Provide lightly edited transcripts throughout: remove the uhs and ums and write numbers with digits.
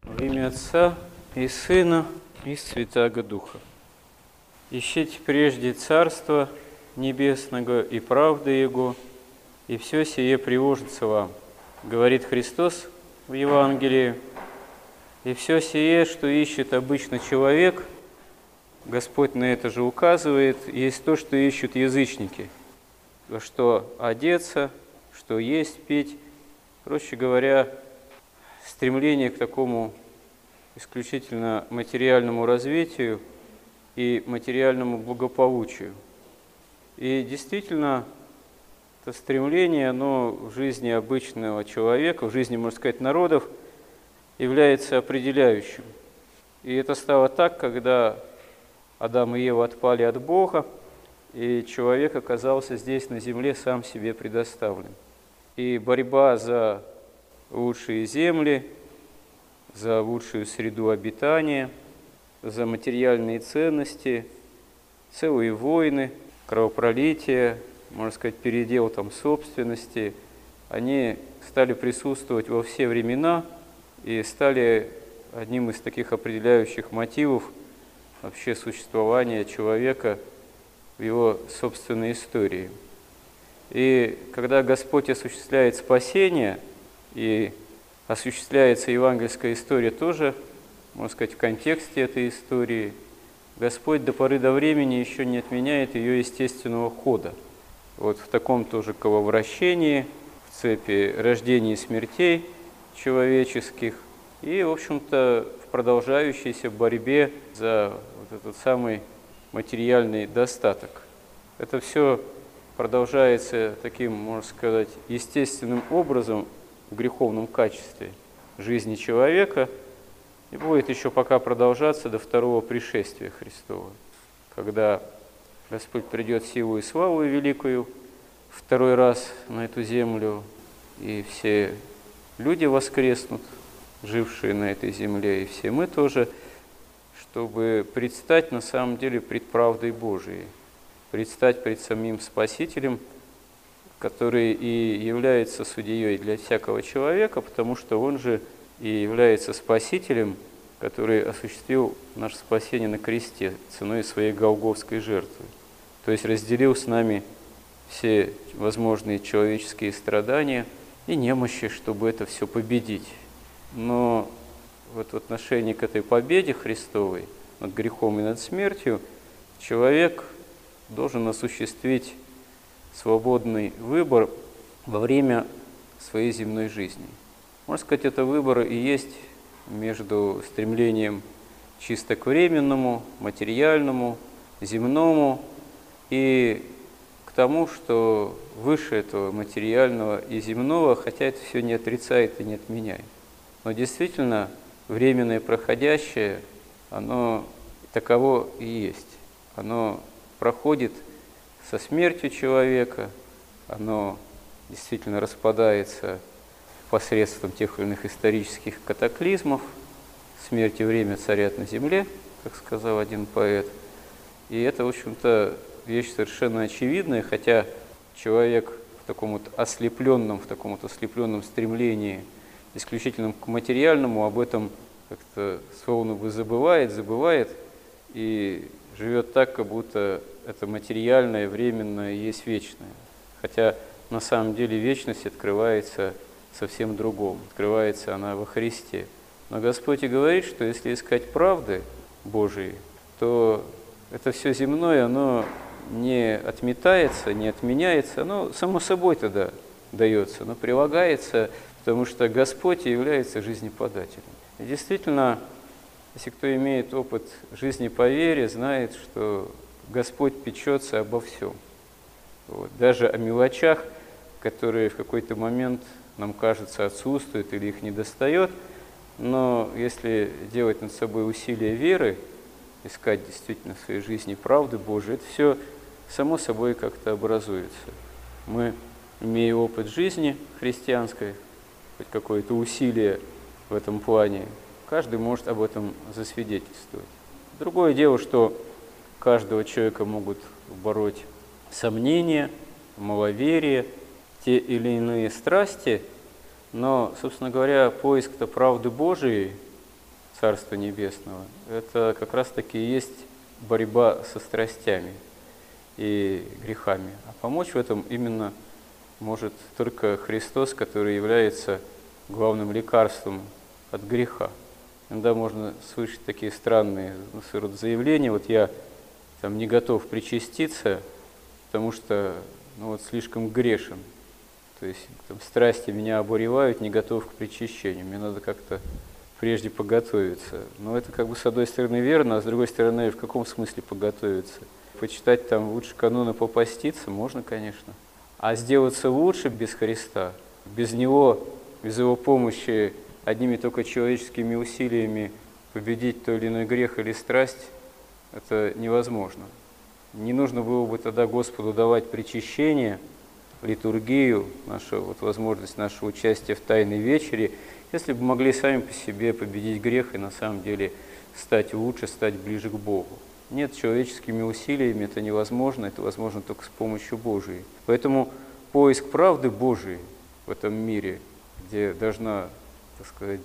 Во имя Отца и Сына и Святаго Духа. Ищите прежде Царства Небесного и правды Его, и все сие приложится вам, говорит Христос в Евангелии. И все сие, что ищет обычно человек, Господь на это же указывает, есть то, что ищут язычники, во что одеться, что есть, пить. Проще говоря, стремление к такому исключительно материальному развитию и материальному благополучию. И действительно, это стремление, оно в жизни обычного человека, в жизни, можно сказать, народов, является определяющим. И это стало так, когда Адам и Ева отпали от Бога, и человек оказался здесь на земле сам себе предоставлен. И борьба за лучшие земли, за лучшую среду обитания, за материальные ценности, целые войны, кровопролитие, можно сказать, передел там собственности, они стали присутствовать во все времена и стали одним из таких определяющих мотивов вообще существования человека в его собственной истории. И когда Господь осуществляет спасение, и осуществляется евангельская история тоже, можно сказать, в контексте этой истории, Господь до поры до времени еще не отменяет ее естественного хода. Вот в таком тоже крововращении, в цепи рождений и смертей человеческих, и, в общем-то, в продолжающейся борьбе за вот этот самый материальный достаток. Это все продолжается таким, можно сказать, естественным образом в греховном качестве жизни человека и будет еще пока продолжаться до второго пришествия Христова, когда Господь придет силу и славу великую второй раз на эту землю, и все люди воскреснут, жившие на этой земле, и все мы тоже, чтобы предстать на самом деле пред правдой Божией, предстать пред самим Спасителем, который и является судьей для всякого человека, потому что Он же и является Спасителем, который осуществил наше спасение на кресте ценой своей голгофской жертвы. То есть разделил с нами все возможные человеческие страдания и немощи, чтобы это все победить. Но вот в отношении к этой победе Христовой над грехом и над смертью человек должен осуществить свободный выбор во время своей земной жизни. Можно сказать, это выбор и есть между стремлением чисто к временному, материальному, земному и к тому, что выше этого материального и земного, хотя это все не отрицает и не отменяет. Но действительно, временное проходящее, оно таково и есть. Оно проходит со смертью человека, оно действительно распадается посредством тех или иных исторических катаклизмов. Смерть и время царят на земле, как сказал один поэт. И это, в общем-то, вещь совершенно очевидная, хотя человек в таком вот ослепленном стремлении, исключительно к материальному, об этом как-то словно бы забывает и живет так, как будто это материальное, временное есть вечное. Хотя на самом деле вечность открывается совсем другом, открывается она во Христе. Но Господь и говорит, что если искать правды Божией, то это все земное, оно не отметается, не отменяется, оно само собой тогда дается, но прилагается, потому что Господь и является жизнеподателем. И действительно, если кто имеет опыт жизни по вере, знает, что Господь печется обо всем. Вот. Даже о мелочах, которые в какой-то момент нам кажется отсутствуют или их недостает, но если делать над собой усилия веры, искать действительно в своей жизни правды Божией, это все само собой как-то образуется. Мы, имея опыт жизни христианской, хоть какое-то усилие в этом плане, каждый может об этом засвидетельствовать. Другое дело, что каждого человека могут бороть сомнения, маловерие, те или иные страсти, но, собственно говоря, поиск-то правды Божией Царства Небесного, это как раз-таки и есть борьба со страстями и грехами. А помочь в этом именно может только Христос, который является главным лекарством от греха. Иногда можно слышать такие странные заявления: вот я там не готов причаститься, потому что слишком грешен. То есть там, страсти меня обуревают, не готов к причащению. Мне надо как-то прежде подготовиться. Но это как бы с одной стороны верно, а с другой стороны в каком смысле подготовиться? Почитать там лучше каноны, попаститься можно, конечно. А сделаться лучше без Христа, без Него, без Его помощи, одними только человеческими усилиями победить то или иной грех или страсть, это невозможно. Не нужно было бы тогда Господу давать причащение, литургию, нашу возможность нашего участия в Тайной вечере, если бы могли сами по себе победить грех и на самом деле стать лучше, стать ближе к Богу. Нет, человеческими усилиями это невозможно, это возможно только с помощью Божией. Поэтому поиск правды Божией в этом мире, где должна, так сказать,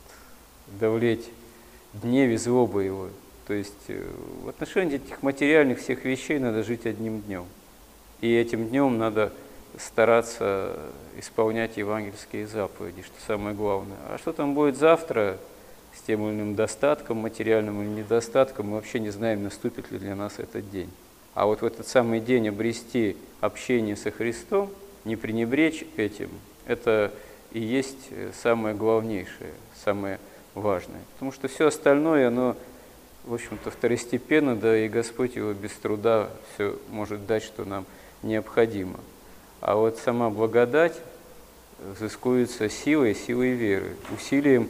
давлеть гнев и злоба его, то есть в отношении этих материальных всех вещей надо жить одним днем. И этим днем надо стараться исполнять евангельские заповеди, что самое главное. А что там будет завтра с тем или иным достатком, материальным или недостатком, мы вообще не знаем, наступит ли для нас этот день. А вот в этот самый день обрести общение со Христом, не пренебречь этим, это и есть самое главнейшее, самое важное. Потому что все остальное, оно, в общем-то, второстепенно, да и Господь его без труда все может дать, что нам необходимо. А вот сама благодать взыскуется силой веры, усилием,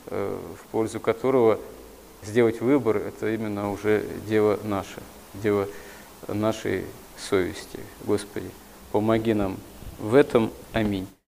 в пользу которого сделать выбор – это именно уже дело наше, дело нашей совести. Господи, помоги нам в этом. Аминь.